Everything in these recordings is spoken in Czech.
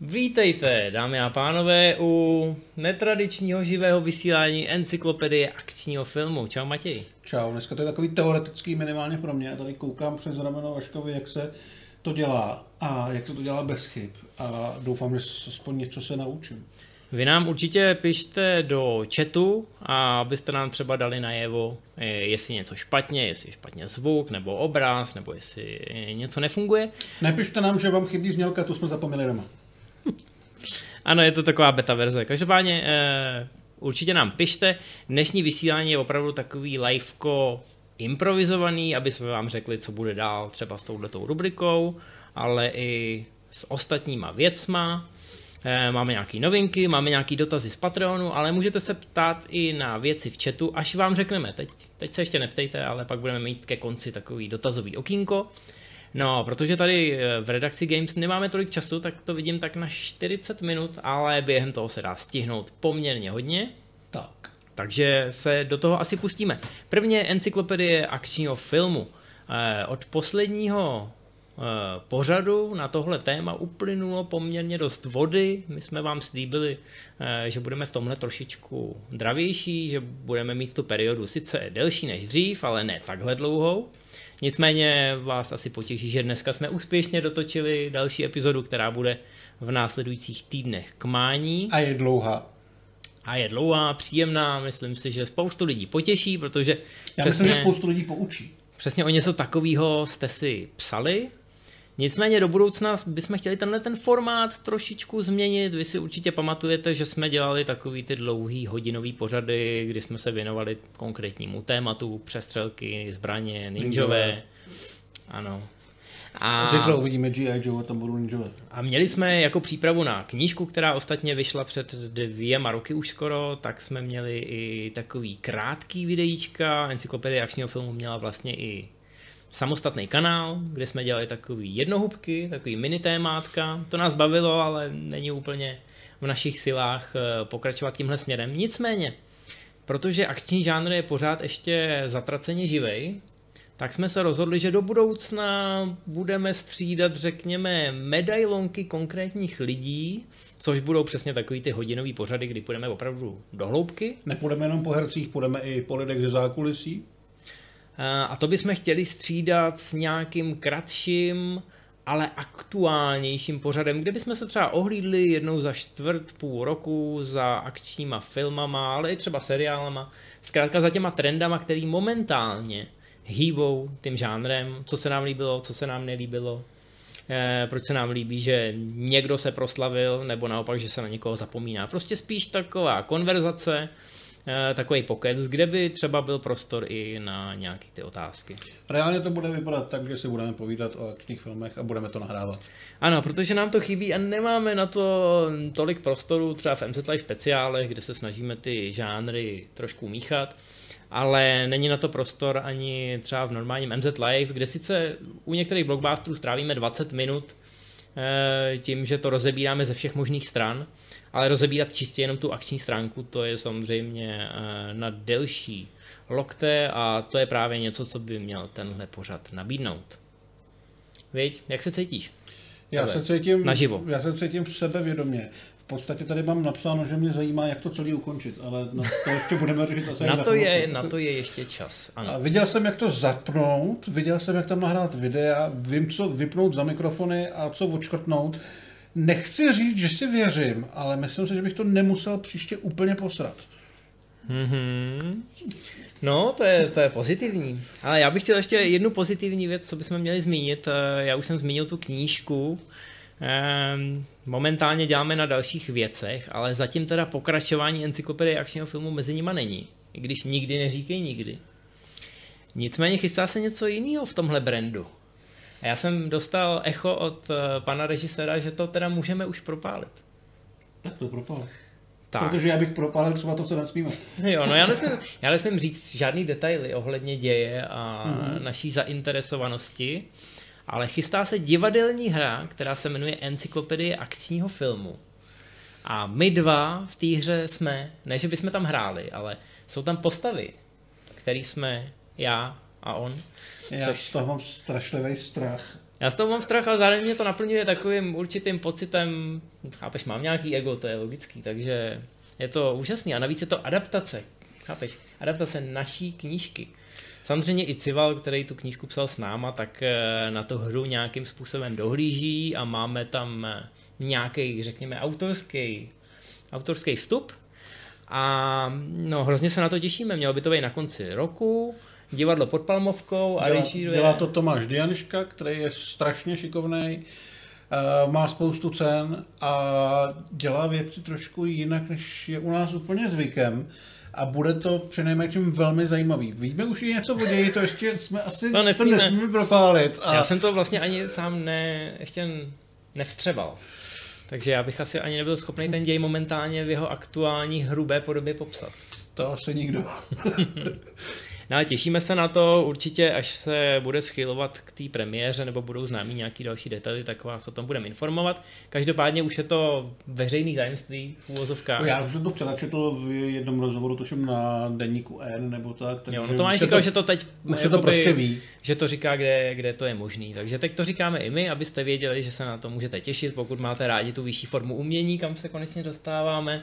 Vítejte, dámy a pánové, u netradičního živého vysílání encyklopedie akčního filmu. Čau Matěj. Čau, dneska to je takový teoretický minimálně pro mě. Já tady koukám přes rameno Vaškovi, jak se to dělá a jak se to dělá bez chyb. A doufám, že aspoň něco se naučím. Vy nám určitě pište do chatu, a abyste nám třeba dali najevo, jestli něco špatně, jestli je špatně zvuk, nebo obraz, nebo jestli něco nefunguje. Nepište nám, že vám chybí znělka, tu jsme zapomněli doma. Ano, je to taková beta verze. Každopádně určitě nám pište. Dnešní vysílání je opravdu takový liveko improvizovaný, aby jsme vám řekli, co bude dál třeba s touhletou rubrikou, ale i s ostatníma věcma. Máme nějaké novinky, máme nějaké dotazy z Patreonu, ale můžete se ptát i na věci v chatu, až vám řekneme. Teď se ještě neptejte, ale pak budeme mít ke konci takový dotazový okýnko. No, protože tady v redakci Games nemáme tolik času, tak to vidím tak na 40 minut, ale během toho se dá stihnout poměrně hodně. Tak. Takže se do toho asi pustíme. Prvně encyklopedie akčního filmu. Od posledního pořadu na tohle téma uplynulo poměrně dost vody. My jsme vám slíbili, že budeme v tomhle trošičku dravější, že budeme mít tu periodu sice delší než dřív, ale ne takhle dlouhou. Nicméně vás asi potěší, že dneska jsme úspěšně dotočili další epizodu, která bude v následujících týdnech k mání. A je dlouhá. A je dlouhá, příjemná, myslím si, že spoustu lidí potěší, protože já myslím, že spoustu lidí poučí. Přesně o něco takového jste si psali. Nicméně do budoucna bychom chtěli ten formát trošičku změnit. Vy si určitě pamatujete, že jsme dělali takový ty dlouhý hodinový pořady, kdy jsme se věnovali konkrétnímu tématu, přestřelky, zbraně, ninjové. Ano. A zítra uvidíme G.I. Joe a tam budou ninjové. A měli jsme jako přípravu na knížku, která ostatně vyšla před 2 roky už skoro, tak jsme měli i takový krátký videíčka. Encyklopedie akčního filmu měla vlastně i samostatný kanál, kde jsme dělali takový jednohubky, takový mini témátka. To nás bavilo, ale není úplně v našich silách pokračovat tímhle směrem. Nicméně, protože akční žánr je pořád ještě zatraceně živej, tak jsme se rozhodli, že do budoucna budeme střídat, řekněme, medailonky konkrétních lidí, což budou přesně takový ty hodinový pořady, kdy půjdeme opravdu do hloubky. Nepůjdeme jenom po hercích, půjdeme i po lidech ze zákulisí. A to bychom chtěli střídat s nějakým kratším, ale aktuálnějším pořadem, kde bychom se třeba ohlídli jednou za půl roku za akčníma filmama, ale i třeba seriálama, zkrátka za těma trendama, který momentálně hýbou tím žánrem, co se nám líbilo, co se nám nelíbilo, proč se nám líbí, že někdo se proslavil, nebo naopak, že se na někoho zapomíná. Prostě spíš taková konverzace, takový pokec, kde by třeba byl prostor i na nějaké ty otázky. Reálně to bude vypadat tak, že si budeme povídat o akčních filmech a budeme to nahrávat. Ano, protože nám to chybí a nemáme na to tolik prostoru, třeba v MZ Live speciálech, kde se snažíme ty žánry trošku míchat, ale není na to prostor ani třeba v normálním MZ Live, kde sice u některých blockbusterů strávíme 20 minut tím, že to rozebíráme ze všech možných stran, ale rozebírat čistě jenom tu akční stránku, to je samozřejmě na delší lokte a to je právě něco, co by měl tenhle pořad nabídnout. Viď? Jak se cítíš? Já se cítím naživo. Já se cítím sebevědomě. V podstatě tady mám napsáno, že mě zajímá, jak to celé ukončit, ale to ještě budeme řešit asi na to je ještě čas. Ano. A viděl jsem, jak to zapnout, viděl jsem, jak tam nahrát videa, vím, co vypnout za mikrofony a co odškrtnout. Nechci říct, že si věřím, ale myslím si, že bych to nemusel příště úplně posrat. Mm-hmm. No, to je pozitivní. Ale já bych chtěl ještě jednu pozitivní věc, co bychom měli zmínit. Já už jsem zmínil tu knížku. Momentálně děláme na dalších věcech, ale zatím teda pokračování encyklopedie akčního filmu mezi nima není. I když nikdy neříkej nikdy. Nicméně chystá se něco jiného v tomhle brandu. A já jsem dostal echo od pana režiséra, že to teda můžeme už propálit. Tak to propál. Tak. Protože já bych propálil třeba to, co nesmíme. Jo, no já nesmím říct žádný detaily ohledně děje a naší zainteresovanosti, ale chystá se divadelní hra, která se jmenuje Encyklopedie akčního filmu. A my dva v té hře jsme, ne že bychom tam hráli, ale jsou tam postavy, které jsme já a on. Já z toho mám strašlivý strach. Já z toho mám strach, ale zároveň mě to naplňuje takovým určitým pocitem, chápeš, mám nějaký ego, to je logický, takže je to úžasný a navíc je to adaptace, chápeš, adaptace naší knížky. Samozřejmě i Cival, který tu knížku psal s náma, tak na tu hru nějakým způsobem dohlíží a máme tam nějaký, řekněme, autorský vstup a no, hrozně se na to těšíme, mělo by to být na konci roku, divadlo pod Palmovkou a dělá to Tomáš Dianiška, který je strašně šikovnej, má spoustu cen a dělá věci trošku jinak, než je u nás úplně zvykem. A bude to přinejmenším velmi zajímavý. Víme už i něco o ději, to ještě jsme asi to nesmíme propálit. Já jsem to vlastně ani sám ještě nevstřebal. Takže já bych asi ani nebyl schopný ten děj momentálně v jeho aktuální hrubé podobě popsat. To asi nikdo. No ale těšíme se na to, určitě až se bude schylovat k té premiéře nebo budou známí nějaký další detaily, tak vás o tom budeme informovat. Každopádně už je to veřejný tajemství v uvozovkách. Já už jsem to včera četl v jednom rozhovoru, tuším na deníku N nebo tak. Jo, no to máš říkal, že to teď už se to prostě ví. Že to říká, kde to je možný. Takže teď to říkáme i my, abyste věděli, že se na to můžete těšit, pokud máte rádi tu vyšší formu umění, kam se konečně dostáváme.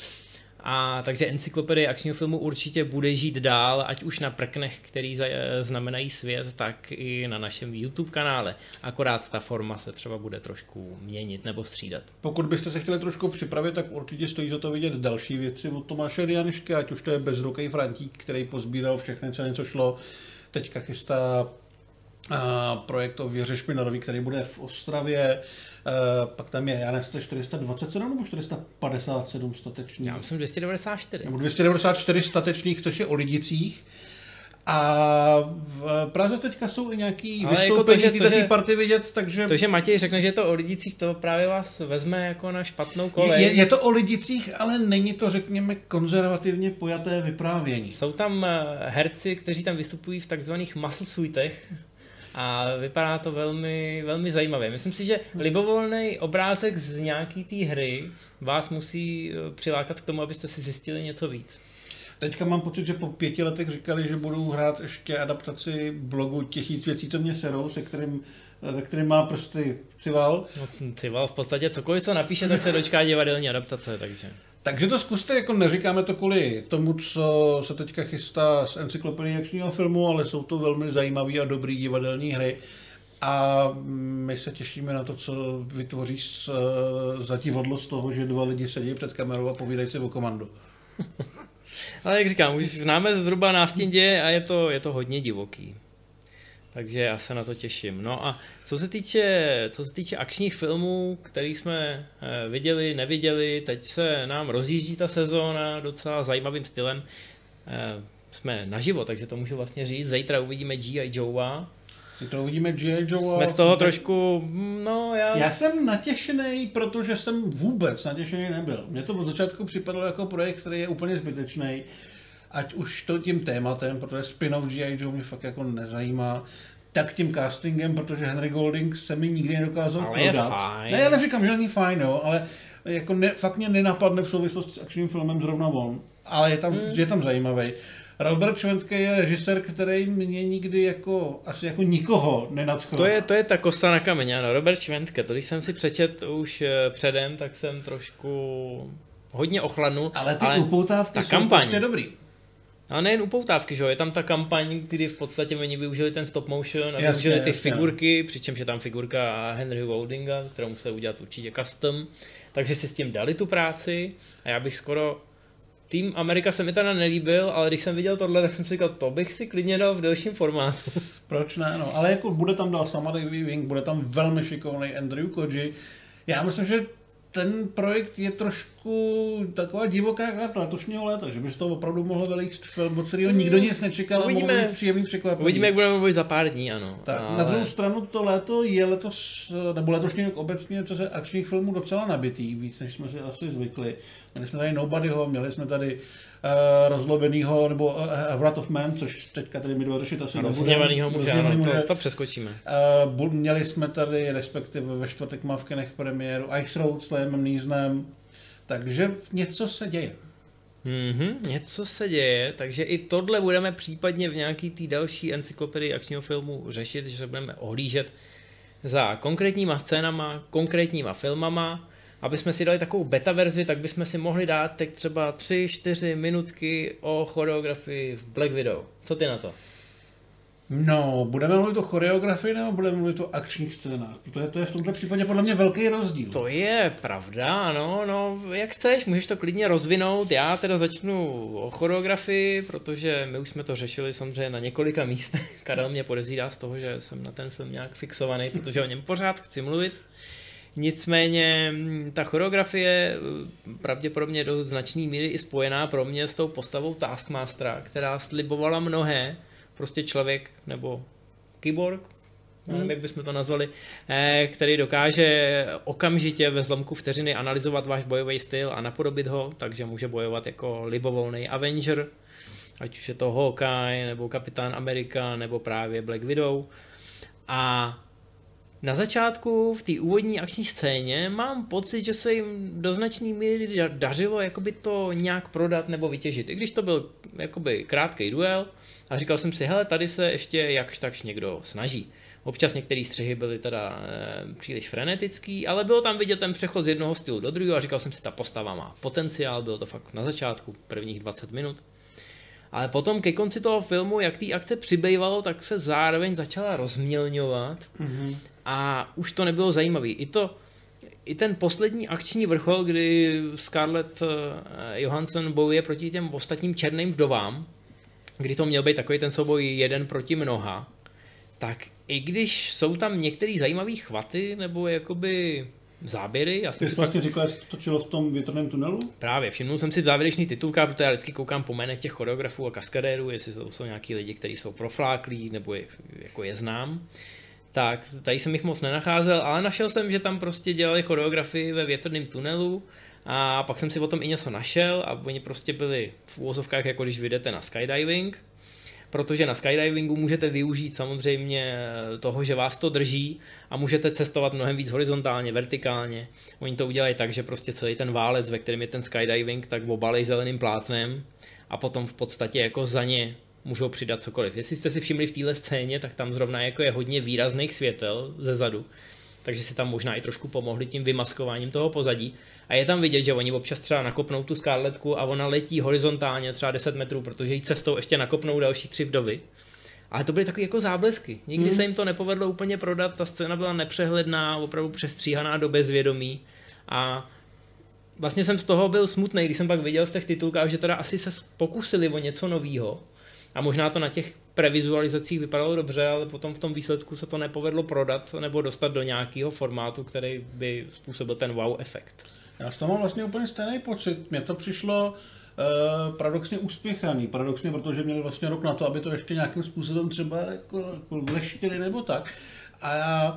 A takže encyklopedie akčního filmu určitě bude žít dál, ať už na prknech, který znamenají svět, tak i na našem YouTube kanále. Akorát ta forma se třeba bude trošku měnit nebo střídat. Pokud byste se chtěli trošku připravit, tak určitě stojí za to vidět další věci od Tomáše Dianišky, ať už to je Bezrukej Frantík, který pozbíral všechny ceny, co šlo. Teďka chystá projekt o Věře Špinarový, který bude v Ostravě. Pak tam je, já nevím, 427 nebo 457 statečných. Já myslím 294. Nebo 294 statečných, což je o Lidicích. A v Praze teďka jsou i nějaký vystoupení této party vidět, takže... To, že Matěj řekne, že je to o Lidicích, to právě vás vezme jako na špatnou kolej. Je to o Lidicích, ale není to, řekněme, konzervativně pojaté vyprávění. Jsou tam herci, kteří tam vystupují v takzvaných muscle suitech. A vypadá to velmi, velmi zajímavě. Myslím si, že libovolný obrázek z nějaký té hry vás musí přilákat k tomu, abyste si zjistili něco víc. Teďka mám pocit, že po 5 letech říkali, že budou hrát ještě adaptaci blogu 1000 věcí, co mě serou, ve kterém má prsty Cival. No, Cival v podstatě cokoliv, co napíše, tak se dočká divadelní adaptace, takže... Takže to zkuste, jako neříkáme to kvůli tomu, co se teďka chystá z encyklopedie akčního filmu, ale jsou to velmi zajímavé a dobrý divadelní hry. A my se těšíme na to, co vytvoří za divadlo z toho, že 2 lidi sedí před kamerou a povídají si o komandu. Ale jak říkám, už známe zhruba nástin děje a je to hodně divoký. Takže já se na to těším. No a co se týče akčních filmů, které jsme viděli, neviděli, teď se nám rozjíždí ta sezóna docela zajímavým stylem. Jsme naživo, takže to můžu vlastně říct. Zítra uvidíme G.I. Joea. Jsme z toho trošku, no Já jsem natěšený, protože jsem vůbec natěšený nebyl. Mně to od začátku připadalo jako projekt, který je úplně zbytečný. Ať už to tím tématem, protože spin-off G.I. Joe mě fakt jako nezajímá, tak tím castingem, protože Henry Golding se mi nikdy nedokázal prodat. Ne, já neříkám, že není fajn, jo, ale jako fakt mě nenapadne v souvislosti s akčním filmem zrovna on, ale je tam zajímavý. Robert Schwentke je režisér, který mě nikdy asi jako nikoho nenadchl. To je ta kosa na kameň, ano, Robert Schwentke, to když jsem si přečet už předem, tak jsem trošku hodně ochladnul. Ale ty upoutávky jsou prostě dobrý. A nejen upoutávky, že jo, je tam ta kampaň, kdy v podstatě oni využili ten stop motion a využili ty figurky, přičemž je tam figurka Henryho Goldinga, kterou museli udělat určitě custom, takže si s tím dali tu práci a já bych Tým Amerika se mi teda nelíbil, ale když jsem viděl tohle, tak jsem si říkal, to bych si klidně dal v delším formátu. Proč ne, no, ale jako bude tam dál sama Davey Wing, bude tam velmi šikovný Andrew Koji. Já myslím, že ten projekt je trošku taková divoká karta letošního léta, že by z toho opravdu mohl vylít film, od kterého nikdo nic nečekal a mohl být příjemný překvapení. Uvidíme, jak budeme mluvit za pár dní, ano. Tak, ale... Na druhou stranu to léto je nebo letošní rok obecně, co se akčních filmů docela nabitý, víc než jsme si asi zvykli. Měli jsme tady Nobodyho, měli jsme tady rozlobenýho, nebo Wrath of Man, což teďka tady my dořešit asi rozhněvanýho muže, to přeskočíme. Měli jsme tady, respektive ve čtvrtek má v kinech premiéru Ice Road s Liamem Neesonem, takže něco se děje. Něco se děje, takže i tohle budeme případně v nějaký té další encyklopedii akčního filmu řešit, že se budeme ohlížet za konkrétníma scénama, konkrétníma filmama. Aby jsme si dali takovou beta verzi, tak bychom si mohli dát teď třeba 3-4 minutky o choreografii v Black Widow. Co ty na to? No, budeme mluvit o choreografii nebo budeme mluvit o akčních scénách? Protože to je v tomto případě podle mě velký rozdíl. To je pravda, no, jak chceš, můžeš to klidně rozvinout. Já teda začnu o choreografii, protože my už jsme to řešili samozřejmě na několika místech. Karel mě podezírá z toho, že jsem na ten film nějak fixovaný, protože o něm pořád chci mluvit. Nicméně ta choreografie pravděpodobně do značné míry i spojená pro mě s tou postavou Taskmastera, která slibovala mnohé, prostě člověk nebo kyborg, nevím, jak bychom to nazvali, který dokáže okamžitě ve zlomku vteřiny analyzovat váš bojový styl a napodobit ho, takže může bojovat jako libovolný Avenger, ať už je to Hawkeye, nebo Kapitán Amerika, nebo právě Black Widow. A na začátku v té úvodní akční scéně mám pocit, že se jim do značné míry dařilo jakoby to nějak prodat nebo vytěžit. I když to byl jakoby krátký duel a říkal jsem si, hele, tady se ještě jakž takž někdo snaží. Občas některé střihy byly teda příliš frenetický, ale bylo tam vidět ten přechod z jednoho stylu do druhého a říkal jsem si, ta postava má potenciál, bylo to fakt na začátku, prvních 20 minut. Ale potom ke konci toho filmu, jak té akce přibývalo, tak se zároveň začala rozmělňovat a už to nebylo zajímavý. I ten poslední akční vrchol, kdy Scarlett Johansson bojuje proti těm ostatním černým vdovám, kdy to měl být takový ten souboj jeden proti mnoha, tak i když jsou tam některé zajímavé chvaty nebo jakoby záběry. Ty jsi vlastně říkal, že se to točilo v tom větrném tunelu? Právě, všimnul jsem si v závěrečných titulkách, protože já vždycky koukám po jménech těch choreografů a kaskadérů, jestli to jsou nějaký lidi, kteří jsou profláklí, nebo jako je znám. Tak, tady jsem jich moc nenacházel, ale našel jsem, že tam prostě dělali choreografii ve větrném tunelu a pak jsem si o tom i něco našel a oni prostě byli v úvozovkách, jako když vyjdete na skydiving, protože na skydivingu můžete využít samozřejmě toho, že vás to drží a můžete cestovat mnohem víc horizontálně, vertikálně. Oni to udělají tak, že prostě celý ten válec, ve kterém je ten skydiving, tak obalej zeleným plátnem a potom v podstatě jako za ně můžou přidat cokoliv. Jestli jste si všimli v téhle scéně, tak tam zrovna jako je hodně výrazných světel ze zadu, takže si tam možná i trošku pomohli tím vymaskováním toho pozadí. A je tam vidět, že oni občas třeba nakopnou tu Scarletku a ona letí horizontálně třeba 10 metrů, protože jí cestou ještě nakopnou další 3 vdovy. Ale to byly takové jako záblesky. Nikdy se jim to nepovedlo úplně prodat, ta scéna byla nepřehledná, opravdu přestříhaná do bezvědomí. A vlastně jsem z toho byl smutný, když jsem pak viděl v těch titulkách, že teda asi se pokusili o něco novýho. A možná to na těch previzualizacích vypadalo dobře, ale potom v tom výsledku se to nepovedlo prodat nebo dostat do nějakého formátu, který by způsobil ten wow efekt. Já s toho mám vlastně úplně stejný pocit. Mně to přišlo paradoxně uspěchaný. Paradoxně, protože měli vlastně rok na to, aby to ještě nějakým způsobem třeba jako vleštili nebo tak. A já,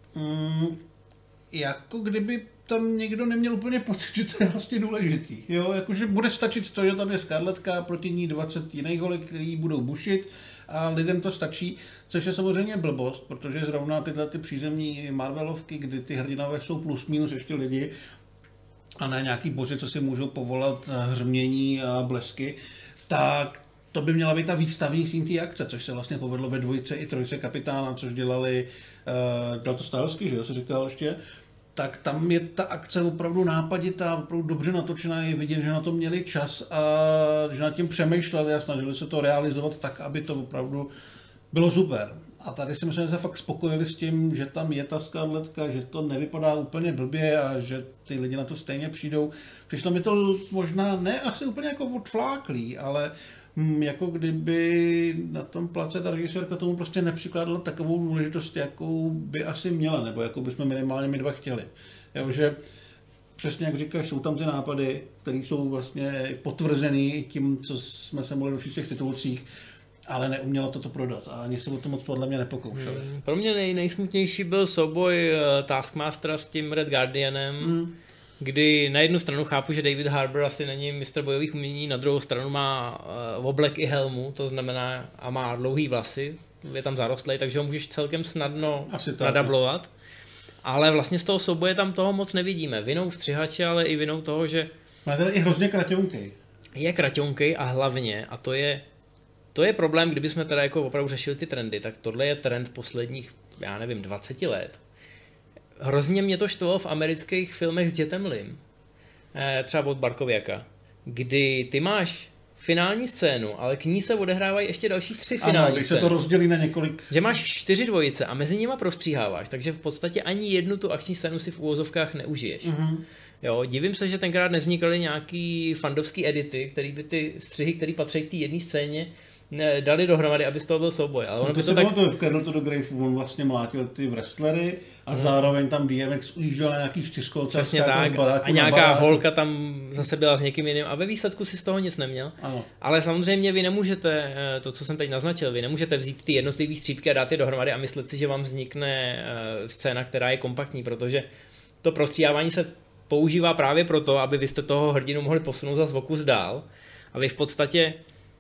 jako kdyby tam někdo neměl úplně pocit, že to je vlastně důležitý. Jo, jakože bude stačit to, že tam je Scarlettka, proti ní 20 jiných holek, který budou bušit a lidem to stačí, což je samozřejmě blbost, protože zrovna tyhle ty přízemní Marvelovky, kdy ty hrdinové jsou plus minus ještě lidi a ne nějaký bozi, co si můžou povolat hřmění a blesky, tak to by měla být ta výstavní síň té akce, což se vlastně povedlo ve 2 i 3 Kapitána, což dělali, dělal to Stahelský, že jo, se říkal ještě, tak tam je ta akce opravdu nápaditá, opravdu dobře natočená, je vidět, že na to měli čas a že nad tím přemýšleli a snažili se to realizovat tak, aby to opravdu bylo super. A tady si myslím, že se fakt spokojili s tím, že tam je ta Scarlettka, že to nevypadá úplně blbě a že ty lidi na to stejně přijdou. Přišlo mi to možná ne asi úplně jako odfláklý, ale jako kdyby na tom place ta režisérka tomu prostě nepřikládala takovou důležitost, jakou by asi měla, nebo jakou bychom minimálně my dva chtěli. Jo, že přesně jak říkáš, jsou tam ty nápady, které jsou vlastně potvrzený tím, co jsme se mohli dočíst v těch titulcích, ale neuměla to prodat a ani se o to moc podle mě nepokoušeli. Pro mě nejsmutnější byl souboj Taskmastera s tím Red Guardianem, kdy na jednu stranu chápu, že David Harbour asi není mistr bojových umění, na druhou stranu má oblek i helmu, to znamená a má dlouhý vlasy, je tam zarostlej, takže ho můžeš celkem snadno nadablovat. Ale vlastně z toho souboje tam toho moc nevidíme. Vinou střihače, ale i vinou toho, že... Má teda i hrozně kraťonkej. Je kraťonkej a hlavně, a to je problém, kdybychom teda jako opravdu řešili ty trendy, tak tohle je trend posledních, já nevím, 20 let, hrozně mě to štvalo v amerických filmech s Jetem Lim, třeba od Barkoviaka, kdy ty máš finální scénu, ale k ní se odehrávají ještě další 3 finální scény. Když se to rozdělí na několik... Že máš 4 dvojice a mezi nimi prostříháváš, takže v podstatě ani jednu tu akční scénu si v úvozovkách neužiješ. Mm-hmm. Jo, divím se, že tenkrát nevznikaly nějaký fandovský edity, který by ty střihy, které patří k té jedné scéně, dali dohromady, aby z toho byl souboj. Ale ono to se tak... v Cradle to do Grave on vlastně mlátil ty wrestlery a zároveň tam DMX ujížděl na nějaký 4kolce. Přesně tak. A nějaká holka tam zase byla s někým jiným a ve výsledku si z toho nic neměl. Ano. Ale samozřejmě vy nemůžete, to co jsem teď naznačil, vy nemůžete vzít ty jednotlivé střípky a dát je dohromady a myslet si, že vám vznikne scéna, která je kompaktní, protože to prostříhávání se používá právě proto, aby vy jste toho hrdinu mohli posunout za vokus dál a vy v podstatě,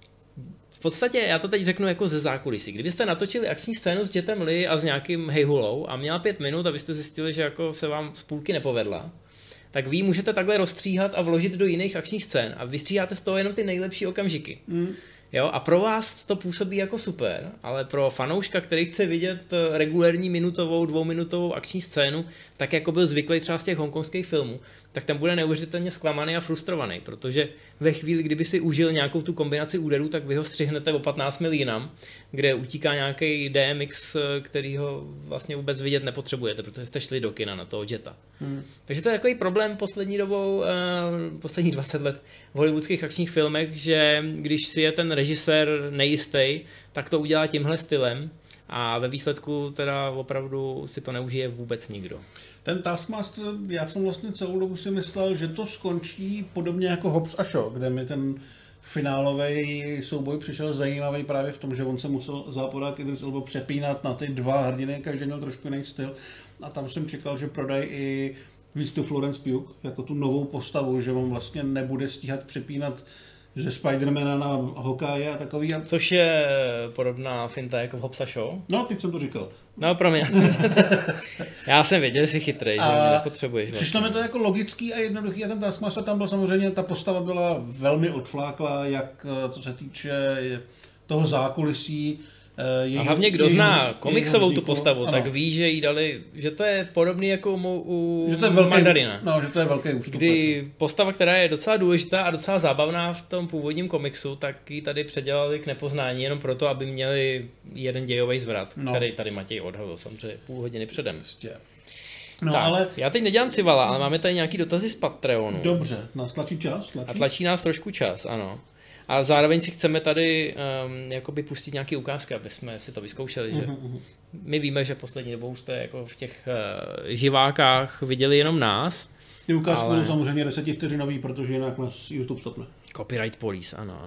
já to teď řeknu jako ze zákulisí. Kdybyste natočili akční scénu s Jetem Li a s nějakým hejhulou a měla 5 minut a vy jste zjistili, že jako se vám z půlky nepovedla, tak vy můžete takhle rozstříhat a vložit do jiných akčních scén a vystříháte z toho jenom ty nejlepší okamžiky. Jo, a pro vás to působí jako super, ale pro fanouška, který chce vidět regulérní minutovou, 2minutovou akční scénu, tak jako byl zvyklý třeba z těch hongkongských filmů, tak ten bude neuvěřitelně zklamaný a frustrovaný, protože ve chvíli, kdyby si užil nějakou tu kombinaci úderů, tak vy ho střihnete o 15 mil jinam, kde utíká nějaký DMX, který ho vlastně vůbec vidět nepotřebujete, protože jste šli do kina na toho Jeta. Takže to je takový problém poslední dobou, poslední 20 let v hollywoodských akčních filmech, že když si je ten režisér nejistý, tak to udělá tímhle stylem a ve výsledku teda opravdu si to neužije vůbec nikdo. Ten Taskmaster, já jsem vlastně celou dobu si myslel, že to skončí podobně jako Hobbs a Shaw, kde mi ten finálový souboj přišel zajímavý právě v tom, že on se musel záporák Idris Elba přepínat na ty 2 hrdiny, každý měl trošku jiný styl a tam jsem čekal, že prodají i víc tu Florence Pugh jako tu novou postavu, že on vlastně nebude stíhat přepínat ze Spidermana na Hawkeye a takový. Což je podobná finta jako v Hobbs a Shaw. No, teď jsem to říkal. No, promiň. Já jsem věděl, že jsi chytrej, že mě nepotřebuješ. Přišlo mi to jako logický a jednoduchý a ten Taskmaster tam byl samozřejmě, ta postava byla velmi odfláklá, jak co se týče toho zákulisí. A hlavně kdo zná komiksovou tu postavu, ano. Tak ví, že jí dali, že to je podobný jako u Mandarina. No, že to je velký ústupek. Kdy postava, která je docela důležitá a docela zábavná v tom původním komiksu, tak ji tady předělali k nepoznání jenom proto, aby měli jeden dějový zvrat, který tady Matěj odhalil samozřejmě půl hodiny předem. No, tak, ale... Já teď nedělám civala, ale máme tady nějaký dotazy z Patreonu. Dobře, nás tlačí čas? A tlačí nás trošku čas, ano. A zároveň si chceme tady jakoby pustit nějaké ukázky, aby jsme si to vyzkoušeli, že my víme, že poslední dobou jste jako v těch živákách viděli jenom nás. Ty ukázky budou samozřejmě 10 vteřinový, protože jinak nás YouTube stopne. Copyright police, ano.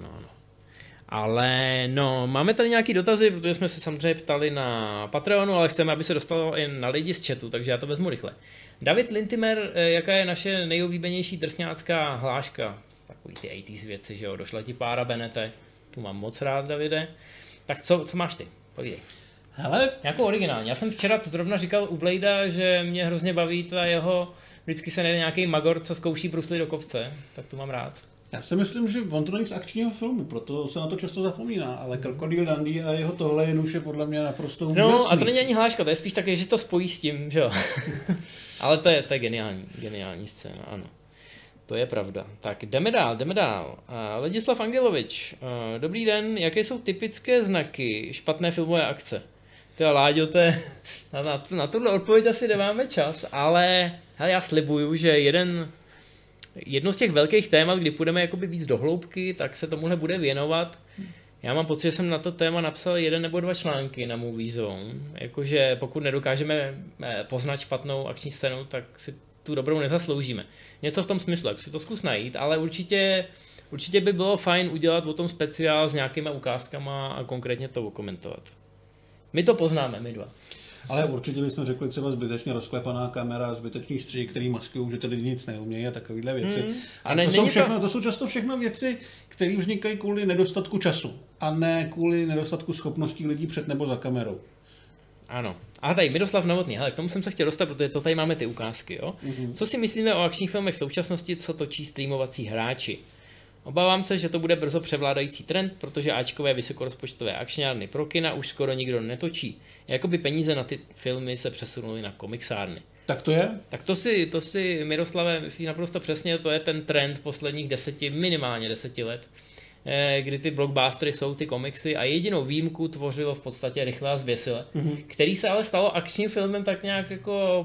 Ale no, máme tady nějaký dotazy, protože jsme se samozřejmě ptali na Patreonu, ale chceme, aby se dostalo i na lidi z chatu, takže já to vezmu rychle. David Lintimer, jaká je naše nejoblíbenější drsňácká hláška? Takový ty 80s věci, že jo, došla ti pára Benete, tu mám moc rád, Davide. Tak co máš ty? Povídej. Hele. Nějakou originální. Já jsem včera zrovna říkal u Bladea, že mě hrozně baví ta jeho, vždycky se najde nějaký magor, co zkouší bruslit do kopce, tak tu mám rád. Já si myslím, že on to není z akčního filmu, proto se na to často zapomíná, ale Crocodile Dundee a jeho tohle je už je podle mě naprosto úžasný. No a to není ani hláška, to je spíš také, že to spojí s tím, že jo. Ale to je geniální scéna, ano. To je pravda. Tak jdeme dál. Ladislav Angelovič, dobrý den, jaké jsou typické znaky špatné filmové akce? Teda Láďo, na tuhle odpověď asi nemáme čas, ale hele, já slibuju, že jedno z těch velkých témat, kdy půjdeme jakoby víc do hloubky, tak se tomuhle bude věnovat. Já mám pocit, že jsem na to téma napsal 1 nebo 2 články na Movie Zone. Jakože pokud nedokážeme poznat špatnou akční scénu, tak si tu dobrou nezasloužíme. Něco v tom smyslu, jak si to zkus najít, ale určitě by bylo fajn udělat o tom speciál s nějakýma ukázkama a konkrétně to okomentovat. My to poznáme, my dva. Ale určitě bychom řekli třeba zbytečně rozklepaná kamera, zbytečný střih, který maskují, že tady nic neumějí a takovéhle věci. To jsou často všechno věci, které vznikají kvůli nedostatku času a ne kvůli nedostatku schopností lidí před nebo za kamerou. Ano. A tady Miroslav Novotný, hele, k tomu jsem se chtěl dostat, protože to tady máme ty ukázky, jo. Co si myslíme o akčních filmech v současnosti, co točí streamovací hráči? Obávám se, že to bude brzo převládající trend, protože áčkové vysokorozpočtové akčňárny pro kina už skoro nikdo netočí. Jakoby peníze na ty filmy se přesunuly na komiksárny. Tak to je? Tak to si Miroslave, myslíš naprosto přesně, to je ten trend posledních minimálně 10 let, kdy ty blockbustery jsou ty komiksy a jedinou výjimku tvořilo v podstatě Rychle a zběsile, který se ale stalo akčním filmem tak nějak jako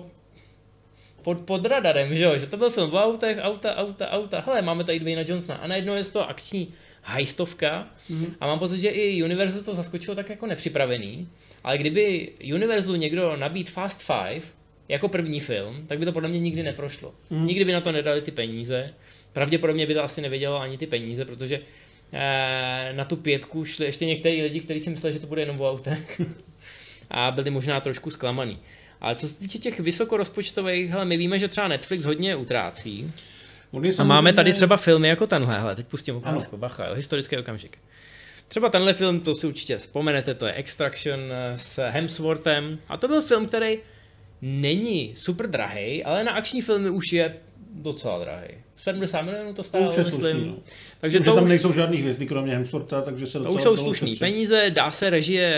pod radarem, že to byl film o autech, auta, hele, máme tady Dwayna Johnsona a najednou je to akční hajstovka a mám pocit, že i Universal to zaskočilo tak jako nepřipravený, ale kdyby Universalu někdo nabít Fast Five jako první film, tak by to podle mě nikdy neprošlo. Nikdy by na to nedali ty peníze, pravděpodobně by to asi nevědělo ani ty peníze, protože na tu 5 šli ještě některý lidi, kteří si mysleli, že to bude jenom o autech a byli možná trošku zklamaný. Ale co se týče těch vysokorozpočtových, hele, my víme, že třeba Netflix hodně utrácí. A máme tady třeba filmy jako tenhle, hele, teď pustím ukázku, bacha, historický okamžik. Třeba tenhle film, to si určitě vzpomenete, to je Extraction s Hemsworthem a to byl film, který není super drahej, ale na akční filmy už je docela drahej. 70 milionů to stálo, myslím. Slušný, no. Takže to tam nejsou žádný hvězdy, kromě Hemswortha, takže se docela... To už jsou slušný peníze, dá se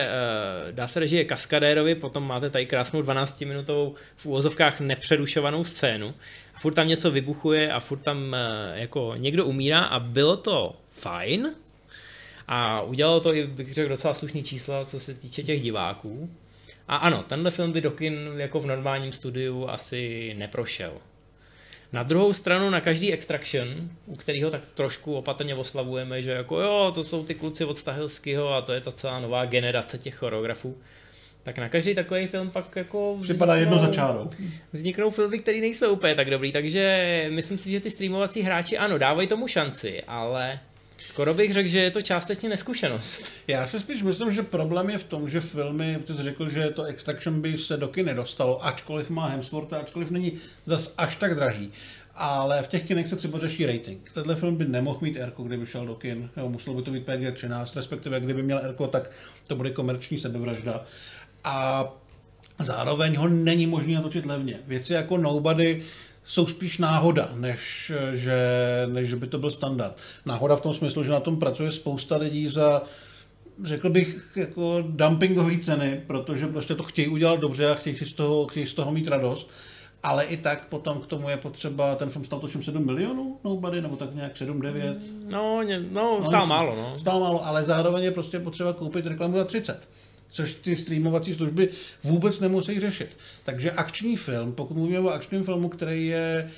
režie kaskadérovi, potom máte tady krásnou 12-minutovou v úvozovkách nepřerušovanou scénu. A furt tam něco vybuchuje a furt tam jako někdo umírá a bylo to fajn. A udělalo to i, bych řekl, docela slušný čísla, co se týče těch diváků. A ano, tenhle film by do kin jako v normálním studiu asi neprošel. Na druhou stranu na každý Extraction, u kterého tak trošku opatrně oslavujeme, že jako jo, to jsou ty kluci od Stahilského a to je ta celá nová generace těch choreografů, tak na každý takový film pak jako připadá jedno za čárou. Vzniknou filmy, které nejsou úplně tak dobrý, takže myslím si, že ty streamovací hráči ano, dávají tomu šanci, ale skoro bych řekl, že je to částečně neskušenost. Já si spíš myslím, že problém je v tom, že filmy, ty jsi řekl, že to Extraction by se do kin nedostalo, ačkoliv má Hemswortha, ačkoliv není zas až tak drahý. Ale v těch kinech se třeba řeší rating. Tenhle film by nemohl mít R, kdyby šel do kin, nebo muselo by to být PG-13, respektive kdyby měl R, tak to bude komerční sebevražda. A zároveň ho není možné natočit levně. Věci jako Nobody jsou spíš náhoda, než že by to byl standard. Náhoda v tom smyslu, že na tom pracuje spousta lidí za, řekl bych, jako dumpingové ceny, protože prostě to chtějí udělat dobře a chtějí z toho mít radost. Ale i tak potom k tomu je potřeba, ten film stál točím 7 milionů, Nobody, nebo tak nějak 7-9. Stál málo, no. Stál málo, ale zároveň je prostě potřeba koupit reklamu za 30. Což ty streamovací služby vůbec nemusí řešit. Takže akční film, pokud mluvíme o akčním filmu, který je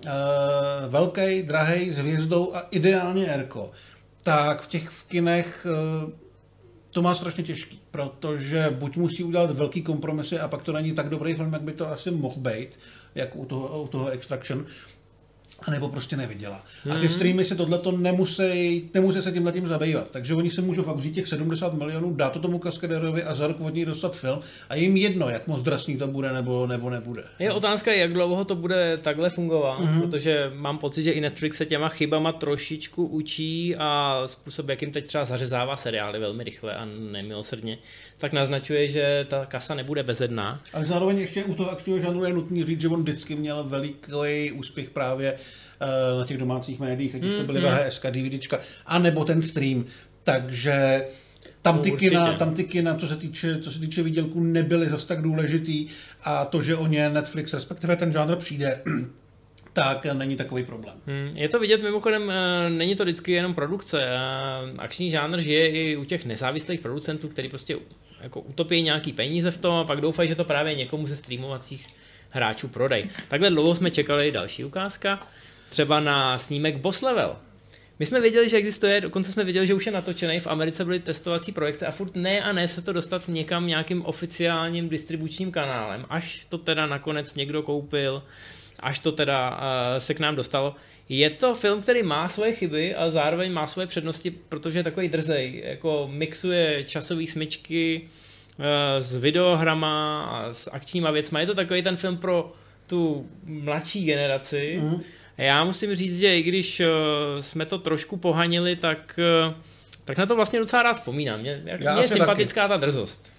velký, drahej, s hvězdou a ideálně R-ko, tak v těch kinech to má strašně těžký, protože buď musí udělat velký kompromisy a pak to není tak dobrý film, jak by to asi mohl být, jak u toho Extraction, anebo prostě nevydělá. A ty streamy se tohleto nemusí se tímhletím zabývat. Takže oni se můžou fakt vzít těch 70 milionů, dát to tomu kaskadérovi a za rok od něj dostat film a jim jedno, jak moc drsný to bude nebo nebude. Je otázka, jak dlouho to bude takhle fungovat, protože mám pocit, že i Netflix se těma chybama trošičku učí a způsob, jakým teď třeba zařezává seriály velmi rychle a nemilosrdně, tak naznačuje, že ta kasa nebude bezedná. Ale zároveň ještě u toho akčního žánru je nutný říct, že on vždycky měl veliký úspěch právě na těch domácích médiích, ať už to byly VHS, DVDčka, anebo ten stream. Takže tam ty kina, co se týče výdělků, nebyly zas tak důležitý a to, že o ně Netflix, respektive ten žánr přijde, tak není takový problém. Je to vidět, mimochodem, není to vždycky jenom produkce. Akční žánr žije i u těch nezávislých producentů, kteří prostě jako utopí nějaký peníze v tom a pak doufají, že to právě někomu ze streamovacích hráčů prodej. Takhle dlouho jsme čekali další ukázka, třeba na snímek Boss Level. My jsme věděli, že existuje, dokonce jsme věděli, že už je natočený, v Americe byly testovací projekce a furt ne se to dostat někam nějakým oficiálním distribučním kanálem, až to teda nakonec někdo koupil, až to teda se k nám dostalo. Je to film, který má svoje chyby a zároveň má svoje přednosti, protože je takový drzej, jako mixuje časové smyčky s videohrama a s akčníma věcma. Je to takový ten film pro tu mladší generaci. Já musím říct, že i když jsme to trošku pohanili, tak na to vlastně docela rád vzpomínám. Mně je sympatická ta drzost.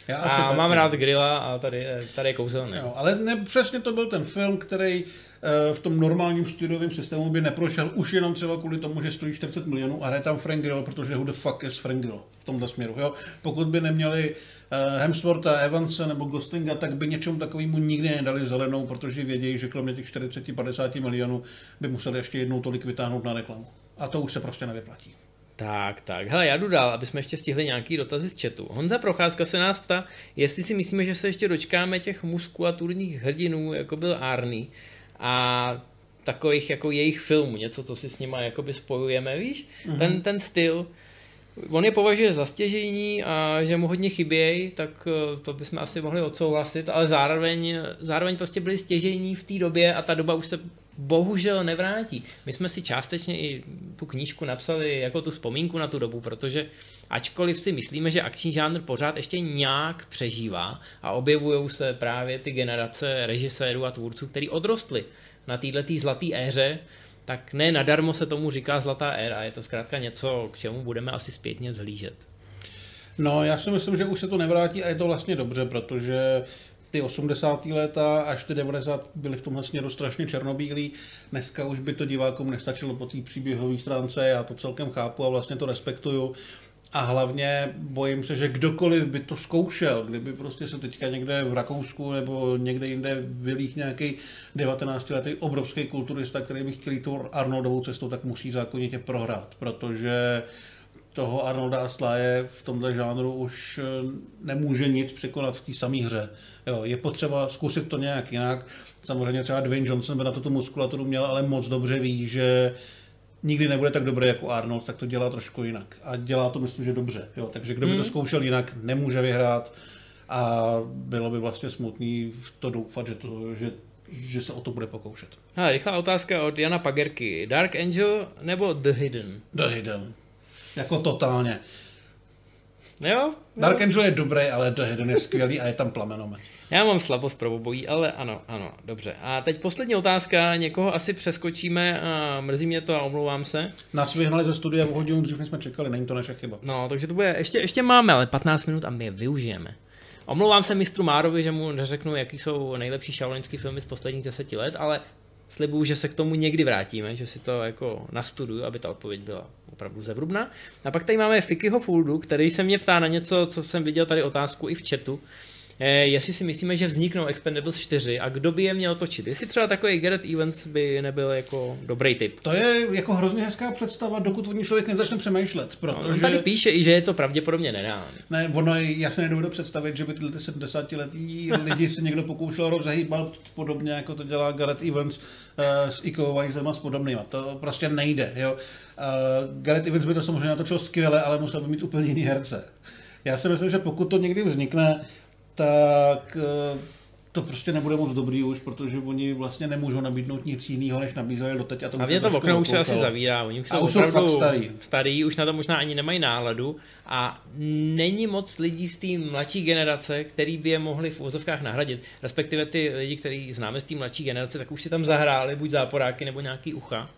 A mám rád Grilla a tady je kouzelný. Jo, ale přesně to byl ten film, který v tom normálním studiovém systému by neprošel už jenom třeba kvůli tomu, že stojí 40 milionů a hraje tam Frank Grill, protože who the fuck is Frank Grill v tomto směru. Jo? Pokud by neměli Hemswortha, Evanse nebo Goslinga, tak by něčemu takovému nikdy nedali zelenou, protože vědějí, že kromě těch 40-50 milionů by museli ještě jednou tolik vytáhnout na reklamu. A to už se prostě nevyplatí. Tak. Hele, já jdu dál, aby jsme ještě stihli nějaký dotazy z chatu. Honza Procházka se nás ptá, jestli si myslíme, že se ještě dočkáme těch muskulaturních hrdinů, jako byl Arnie, a takových jako jejich filmů, něco, co si s nima jakoby spojujeme, víš? Ten styl, on je považuje za stěžejní a že mu hodně chybějí, tak to bychom asi mohli odsouhlasit, ale zároveň prostě byli stěžejní v té době a ta doba už se bohužel nevrátí. My jsme si částečně i tu knížku napsali jako tu vzpomínku na tu dobu, protože ačkoliv si myslíme, že akční žánr pořád ještě nějak přežívá a objevují se právě ty generace režisérů a tvůrců, který odrostli na této zlaté éře, tak ne nadarmo se tomu říká zlatá éra. Je to zkrátka něco, k čemu budeme asi zpětně vzhlížet. No, já si myslím, že už se to nevrátí a je to vlastně dobře, protože ty 80. léta až ty 90 byly v tomhle směru strašně černobílý. Dneska už by to divákům nestačilo po té příběhové stránce, já to celkem chápu a vlastně to respektuju. A hlavně bojím se, že kdokoliv by to zkoušel, kdyby prostě se teďka někde v Rakousku nebo někde jinde vylíh nějaký 19letý obrovský kulturista, který by chtěl jít tou Arnoldovou cestou, tak musí zákonitě prohrát, protože toho Arnolda a Sláje v tomhle žánru už nemůže nic překonat v té samé hře. Jo, je potřeba zkusit to nějak jinak. Samozřejmě třeba Dwayne Johnson by na tu muskulaturu měl, ale moc dobře ví, že nikdy nebude tak dobrý jako Arnold, tak to dělá trošku jinak. A dělá to, myslím, že dobře. Jo, takže kdo by to zkoušel jinak, nemůže vyhrát a bylo by vlastně smutný v to doufat, že se o to bude pokoušet. Rychlá otázka od Jana Pagerky. Dark Angel nebo The Hidden? The Hidden. Jako totálně. Jo? Dark Angel je dobrý, ale The Hidden je skvělý a je tam plamenomet. Já mám slabost pro obojí, ale ano, dobře. A teď poslední otázka, někoho asi přeskočíme a mrzí mě to a omlouvám se. Nás vyhnali ze studia o hodinu dřív, než jsme čekali, není to naše chyba. No, takže to bude, ještě máme, ale 15 minut a my je využijeme. Omlouvám se mistru Márovi, že mu neřeknu, jaký jsou nejlepší shaolinský filmy z posledních 10 let, ale slibuju, že se k tomu někdy vrátíme, že si to jako nastuduju, aby ta odpověď byla opravdu zevrubná. A pak tady máme Fikyho Fuldu, který se mě ptá na něco, co jsem viděl tady otázku i v chatu. Jestli si myslíme, že vzniknou Expendables 4 a kdo by je měl točit. Jestli třeba takový Gareth Evans by nebyl jako dobrý typ. To je jako hrozně hezká představa, dokud o ní člověk nezačne přemýšlet. Protože... On tady píše i, že je to pravděpodobně nereálné. Ne, já se nedovedu představit, že by tyhle 70letí lidi si někdo pokoušel rozehýbat podobně, jako to dělá Gareth Evans s Iko Uwazem a s podobnýma. To prostě nejde. Jo? Gareth Evans by to samozřejmě natočil skvěle, ale musel by mít úplně jiný herce. Já si myslím, že pokud to někdy vznikne, tak to prostě nebude moc dobrý už, protože oni vlastně nemůžou nabídnout nic jiného, než nabízeli doteď. A mě to okno už se asi zavírá, oni už jsou opravdu starý, už na to možná ani nemají náladu a není moc lidí z té mladší generace, který by je mohli v uvozovkách nahradit. Respektive ty lidi, který známe z té mladší generace, tak už si tam zahráli buď záporáky nebo nějaký ucha.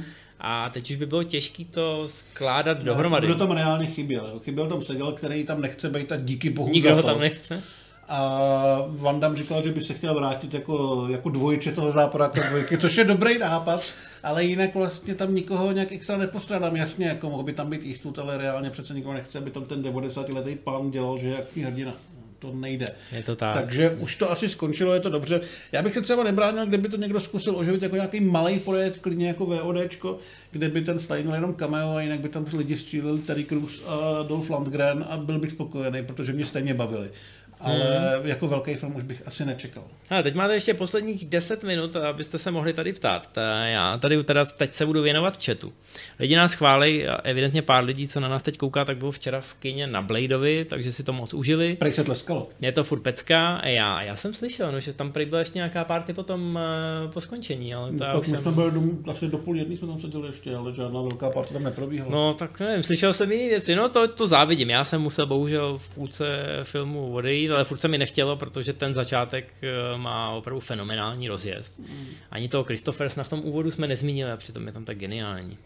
A teď už by bylo těžké to skládat dohromady. Kdo tam reálně chyběl? Chyběl tam Segal, který tam nechce být a díky bohu nikdo za ho to. Tam nechce. A Van Damme říkal, že by se chtěl vrátit jako dvojče toho záporáka dvojky, což je dobrý nápad, ale jinak vlastně tam nikoho nějak extra nepostrádám. Jasně, jako mohl by tam být Eastwood, ale reálně přece nikoho nechce, aby tam ten 90letý pán dělal, že je jaký hrdina. To nejde. Je to tak. Takže už to asi skončilo, je to dobře. Já bych se třeba nebránil, kdyby to někdo zkusil oživit jako nějaký malý projekt, klidně jako VODčko, kde by ten Sly měl jenom cameo a jinak by tam lidi stříleli Terry Crews a Dolph Lundgren a byl bych spokojený, protože mě stejně bavili. Ale jako velký film už bych asi nečekal. A teď máte ještě posledních 10 minut, abyste se mohli tady ptát. Já tady teď se budu věnovat chatu. Lidi nás chválí, evidentně pár lidí, co na nás teď kouká, tak bylo včera v kině na Bladeovi, takže si to moc užili. Prej se tleskalo. Je to furt pecka. Já jsem slyšel, no, že tam prej byla ještě nějaká party potom po skončení. Ale to tak my jsme byli asi do 12:30 jsme tam seděli ještě, ale žádná velká party tam neprobíhala. No tak nevím, slyšel jsem jiné věci. No to závidím. Já jsem musel bohužel v půlce filmu odejít, ale furt se mi nechtělo, protože ten začátek má opravdu fenomenální rozjezd. Ani toho Christophersona v tom úvodu jsme nezmínili a přitom je tam tak geniální.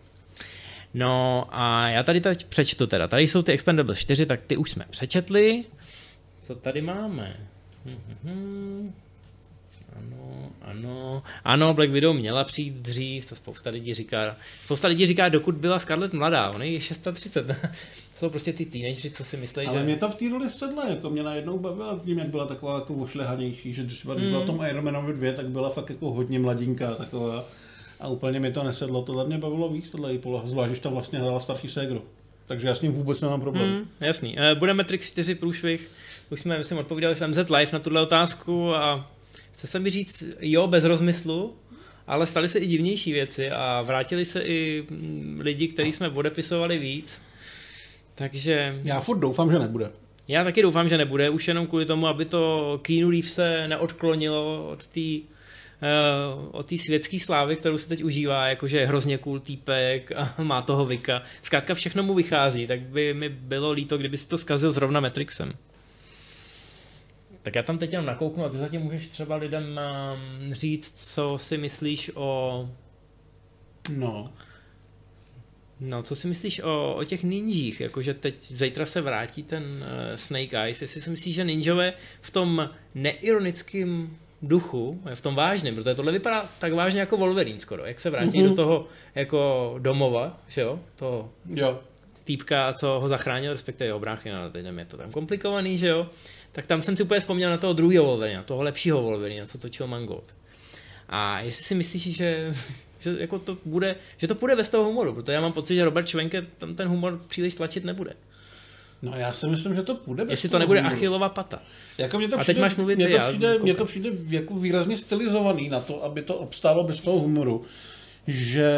No a já tady teď přečtu teda. Tady jsou ty Expendables 4, tak ty už jsme přečetli. Co tady máme? Ano, Black Widow měla přijít dřív, to spousta lidí říká, dokud byla Scarlett mladá, ona je 630. To jsou prostě ty teenageři, co si myslí, ale mě to v té roli sedla, jako mě najednou bavila tím, jak byla taková jako ošlehanější, že třeba když byla v tom Iron Manovi 2, tak byla fakt jako hodně mladinká taková a úplně mi to nesedlo, tohle mě bavilo víc, tohle její poloha, zvlášť, že tam vlastně hrála starší ségru. Takže já s ním vůbec nemám problém. Jasný. Bude Matrix 4 průšvih, už jsme, myslím, odpovídali v MZ Live na tuhle otázku a chce se mi říct, jo, bez rozmyslu, ale staly se i divnější věci a vrátili se i lidi, kteří jsme odepisovali víc. Takže... Já furt doufám, že nebude. Já taky doufám, že nebude, už jenom kvůli tomu, aby to Keanu Reeves se neodklonilo od té světské slávy, kterou se teď užívá, jakože je hrozně cool týpek a má toho Vika. Zkrátka všechno mu vychází, tak by mi bylo líto, kdyby si to zkazil zrovna Matrixem. Tak já tam teď jenom nakouknu a ty zatím můžeš třeba lidem říct, co si myslíš o... No, co si myslíš o těch ninjích, jakože teď zítra se vrátí ten Snake Eyes, jestli si myslíš, že ninjové v tom neironickém duchu, v tom vážném, protože tohle vypadá tak vážně jako Wolverine skoro, jak se vrátí do toho jako domova, že jo, toho týpka, co ho zachránil, respektive jeho bráchy, no teď je to tam komplikovaný, že jo, tak tam jsem si úplně vzpomněl na toho druhého Wolverina, toho lepšího Wolverina, co točil Mangold. A jestli si myslíš, že jako to bude, že to půjde bez toho humoru, protože já mám pocit, že Robert Schwenke tam ten humor příliš tlačit nebude. No já si myslím, že to půjde bez jestli to nebude Achillova pata. Jako a teď máš mluvit mně to přijde jako výrazně stylizovaný na to, aby to obstálo bez toho humoru. Že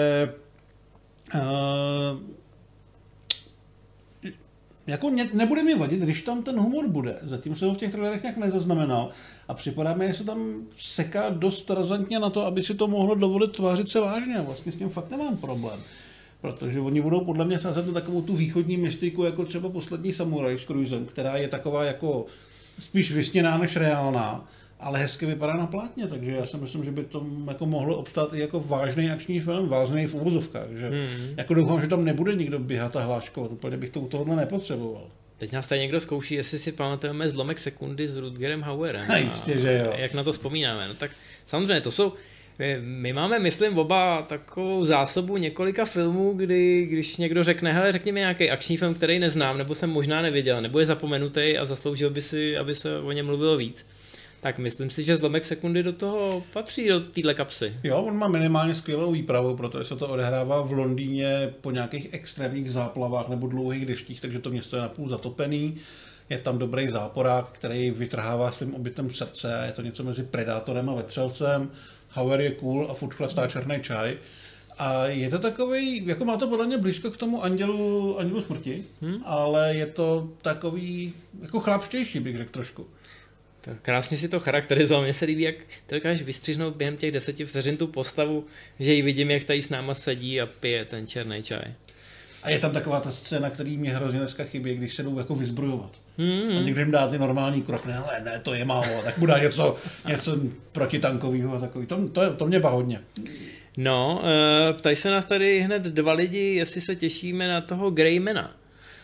jako nebude mi vadit, když tam ten humor bude. Zatím jsem ho v těch trailerech nějak nezaznamenal a připadá mi, že se tam seká dost razantně na to, aby si to mohlo dovolit tvářit se vážně. A vlastně s tím fakt nemám problém. Protože oni budou podle mě sázet na takovou tu východní mystiku, jako třeba Poslední samuraj s Cruisem, která je taková jako spíš vysněná než reálná, ale hezky vypadá na plátně, takže já si myslím, že by to jako mohlo obstát i jako vážný akční film, vážný v uvozovkách, že jako doufám, že tam nebude nikdo běhat a hláškovat, úplně bych to u tohohle nepotřeboval. Teď nás tady někdo zkouší, jestli si pamatujeme Zlomek sekundy s Rutgerem Hauerem. Jistě, že jo. Jak na to vzpomínáme, no tak samozřejmě to jsou, my máme, myslím, oba takovou zásobu několika filmů, kdy, když někdo řekne, hele, řekni mi nějaký akční film, který neznám, nebo jsem možná neviděl, nebo je zapomenutý a zasloužil by si, aby se o něm mluvilo víc. Tak myslím si, že Zlomek sekundy do toho patří, do téhle kapsy. Jo, on má minimálně skvělou výpravu, protože se to odehrává v Londýně po nějakých extrémních záplavách nebo dlouhých deštích, takže to město je napůl zatopený. Je tam dobrý záporák, který vytrhává svým obětem srdce, je to něco mezi predátorem a vetřelcem. Hauer je cool a furt chlastá černý čaj. A je to takový, jako má to podle mě blízko k tomu andělu smrti, ale je to takový jako chlapštější, bych řekl trošku. Tak krásně si to charakterizoval. Mně se líbí, jak ty dokážeš vystřihnout během těch 10 vteřin tu postavu, že ji vidím, jak tady s náma sedí a pije ten černý čaj. A je tam taková ta scéna, který mě hrozně dneska chybí, když se jdou jako vyzbrojovat. A někdo jim dá ty normální krok, ne, to je málo, tak bude něco protitankového a takový. To mě baví hodně. No, ptají se nás tady hned 2 lidi, jestli se těšíme na toho Greymana.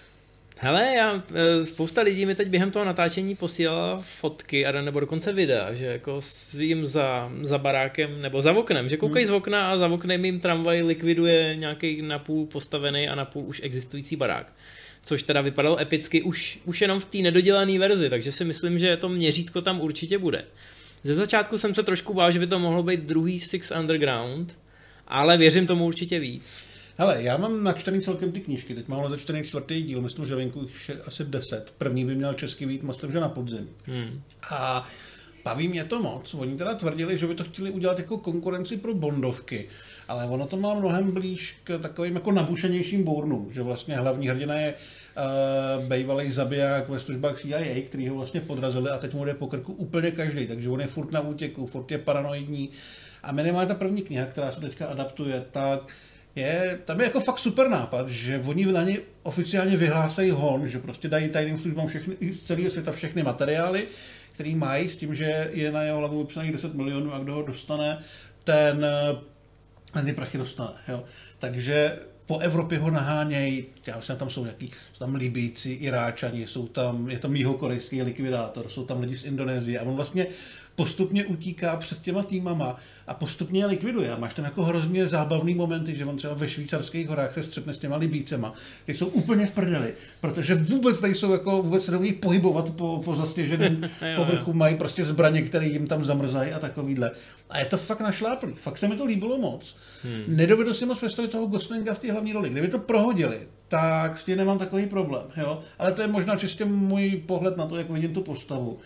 Hele, spousta lidí mi teď během toho natáčení posílala fotky nebo dokonce videa, že jako jim za barákem nebo za oknem, že koukají z okna a za oknem jim tramvaj likviduje nějaký napůl postavený a napůl už existující barák. Což teda vypadalo epicky už jenom v té nedodělané verzi, takže si myslím, že to měřítko tam určitě bude. Ze začátku jsem se trošku bál, že by to mohlo být druhý Six Underground, ale věřím tomu určitě víc. Hele, já mám načtený celkem ty knížky, teď mám začtený 4. díl, myslím, že venku jich je asi 10. První by měl český být, myslím, že na podzim. A baví mě to moc. Oni teda tvrdili, že by to chtěli udělat jako konkurenci pro Bondovky, ale ono to má mnohem blíž k takovým jako nabušenějším Bournům, že vlastně hlavní hrdina je bývalý zabiják ve službách CIA, který ho vlastně podrazili a teď mu jde po krku úplně každý, takže on je furt na útěku, furt je paranoidní. A minimálně ta první kniha, která se teďka adaptuje, tak tam je jako fakt super nápad, že oni na ně oficiálně vyhlásejí hon, že prostě dají tajným službám z celého světa všechny materiály, který mají, s tím, že je na jeho hlavu vypsaných 10 milionů a kdo ho dostane, ten A ty prachy dostane, jo. Takže po Evropě ho nahánějí, já myslím, tam jsou tam Libijci, Iráčani, je tam jihokorejský likvidátor, jsou tam lidi z Indonésie a on vlastně postupně utíká před těma týmama a postupně je likviduje. A máš tam jako hrozně zábavný momenty, že on třeba ve švýcarských horách se střetne s těma Libícema, kteří jsou úplně v prdeli, protože vůbec nejsou jako, vůbec se neumí pohybovat po zasněženém povrchu, mají prostě zbraně, které jim tam zamrzají a takovýhle. A je to fakt našláplý. Fakt se mi to líbilo moc. Nedovedu si moc představit toho Goslinga v té hlavní roli. Kdyby to prohodili, tak s tím nemám takový problém. Jo? Ale to je možná čistě můj pohled na to, jak vidím tu postavu.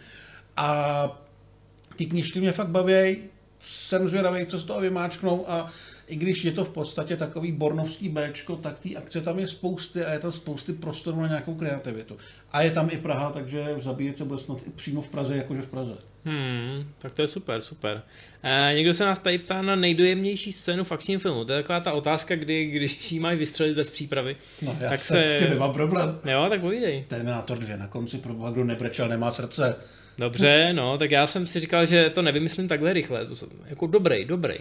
A ty knížky mě fakt baví, jsem zvědavý, co z toho vymáčknou a i když je to v podstatě takový bornovský Bčko, tak té akce tam je spousty a je tam spousty prostoru na nějakou kreativitu. A je tam i Praha, takže zabíjet se bude snad i přímo v Praze, jakože v Praze. Tak to je super, super. Někdo se nás tady ptá na nejdojemnější scénu v akčním filmu. To je taková ta otázka, když jí máš vystřelit bez přípravy. No já tak se nemám problém. Jo, tak povídej. Terminátor 2 na konci, proboha, kdo nebrečel, nemá srdce. Dobře, no, tak já jsem si říkal, že to nevymyslím takhle rychle. To jako dobrý.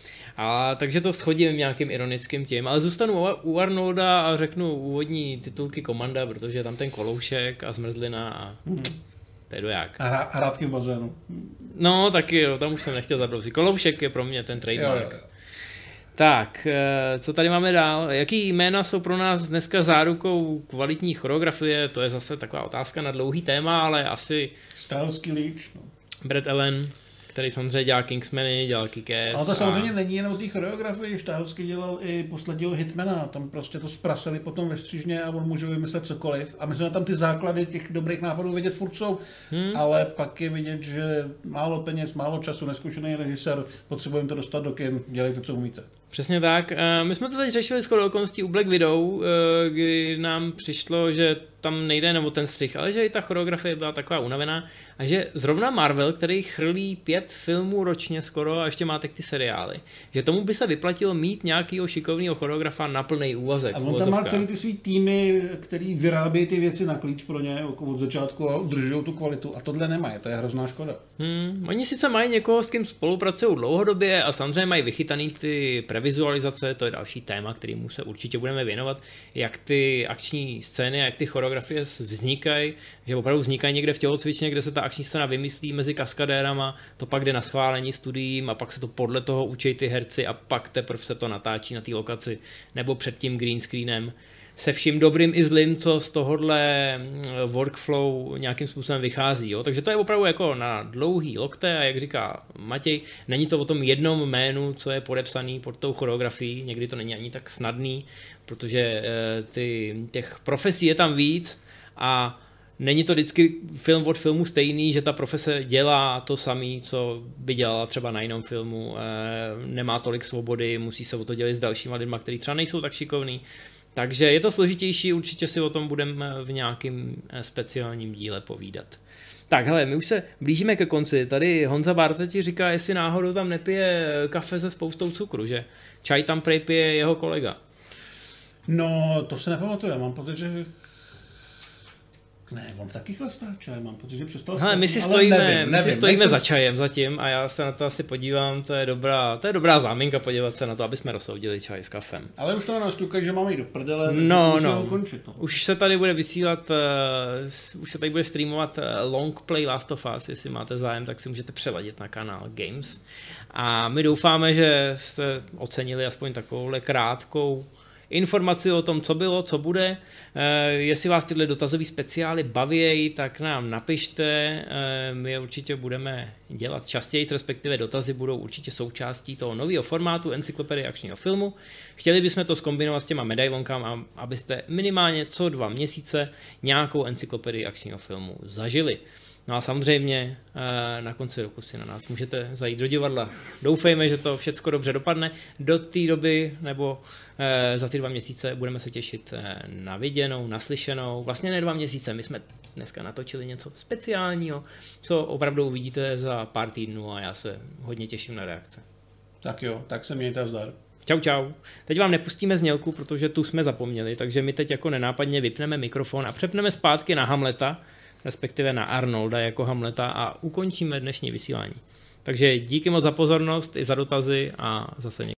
A takže to schodím nějakým ironickým tím, ale zůstanu u Arnolda a řeknu úvodní titulky Komanda, protože je tam ten koloušek a zmrzlina a to je doják. A hrátky v bazénu. No, taky jo, tam už jsem nechtěl zabrousit. Koloušek je pro mě ten trademark. Jo. Tak, co tady máme dál? Jaký jména jsou pro nás dneska zárukou kvalitní choreografie? To je zase taková otázka na dlouhý téma, ale asi... Stylesky Leach, no. Brad Allen, který samozřejmě dělal Kingsmany, dělal Kick-Ass. Ale to samozřejmě není jen o té choreografii, Stylesky dělal i posledního Hitmana, tam prostě to zprasili potom ve střižně a on může vymyslet cokoliv. A my jsme tam ty základy těch dobrých nápadů vidět furt jsou, ale pak je vidět, že málo peněz, málo času, neskušený režisér, potřebujeme to dostat do kin, dělejte, co umíte. Přesně tak. My jsme to teď řešili shodou okolností u Black Widow, kdy nám přišlo, že tam nejde jen o ten střih, ale že i ta choreografie byla taková unavená a že zrovna Marvel, který chrlí 5 filmů ročně skoro a ještě má tak ty seriály, že tomu by se vyplatilo mít nějakýho šikovného choreografa na plný úvazek. A on tam má celý ty svý týmy, který vyrábějí ty věci na klíč pro ně od začátku a udržují tu kvalitu a tohle nemají, to je hrozná škoda. Oni sice mají někoho, s kým spolupracují dlouhodobě a samozřejmě mají vychytaný ty previzualizace, to je další téma, kterému se určitě budeme věnovat, jak ty akční scény a jak ty choreografie vznikají, že opravdu vznikají někde v tělocvičně, kde se ta akční scéna vymyslí mezi kaskadérama, to pak jde na schválení studiím a pak se to podle toho učí ty herci a pak teprve se to natáčí na té lokaci nebo před tím green screenem. Se vším dobrým i zlým, co z tohohle workflow nějakým způsobem vychází. Jo? Takže to je opravdu jako na dlouhý lokte a jak říká Matěj, není to o tom jednom jménu, co je podepsaný pod tou choreografií, někdy to není ani tak snadný, protože těch profesí je tam víc a není to vždycky film od filmu stejný, že ta profese dělá to samé, co by dělala třeba na jiném filmu, nemá tolik svobody, musí se o to dělit s dalšíma lidma, kteří třeba nejsou tak šikovní. Takže je to složitější, určitě si o tom budeme v nějakém speciálním díle povídat. Tak hele, my už se blížíme ke konci. Tady Honza Barta ti říká, jestli náhodou tam nepije kafe se spoustou cukru, že čaj tam prej pije jeho kolega. No, to se nepamatuje, mám pocit, že... Ne, on taky chlastá čaj, mám pocit, že přestal... Hele, my si stojíme za čajem zatím a já se na to asi podívám, to je dobrá záminka podívat se na to, aby jsme rozsoudili čaj s kafem. Ale už to nás tukají, že máme jít do prdele, musíme ukončit. No. Už se tady bude vysílat, už se tady bude streamovat Long Play Last of Us, jestli máte zájem, tak si můžete přeladit na kanál Games. A my doufáme, že jste ocenili aspoň takovouhle krátkou informaci o tom, co bylo, co bude. Jestli vás tyhle dotazové speciály baví, tak nám napište. My je určitě budeme dělat častěji, respektive dotazy budou určitě součástí toho nového formátu encyklopedie akčního filmu. Chtěli bychom to zkombinovat s těma medailonkama, abyste minimálně co 2 měsíce nějakou encyklopedii akčního filmu zažili. No a samozřejmě na konci roku si na nás můžete zajít do divadla. Doufejme, že to všecko dobře dopadne. Do té doby nebo za ty 2 měsíce budeme se těšit na viděnou, naslyšenou. Vlastně ne 2 měsíce, my jsme dneska natočili něco speciálního, co opravdu uvidíte za pár týdnů a já se hodně těším na reakce. Tak jo, tak se mějte zdar. Čau. Teď vám nepustíme znělku, protože tu jsme zapomněli, takže my teď jako nenápadně vypneme mikrofon a přepneme zpátky na Hamleta, respektive na Arnolda jako Hamleta a ukončíme dnešní vysílání. Takže díky moc za pozornost i za dotazy a zase někdy.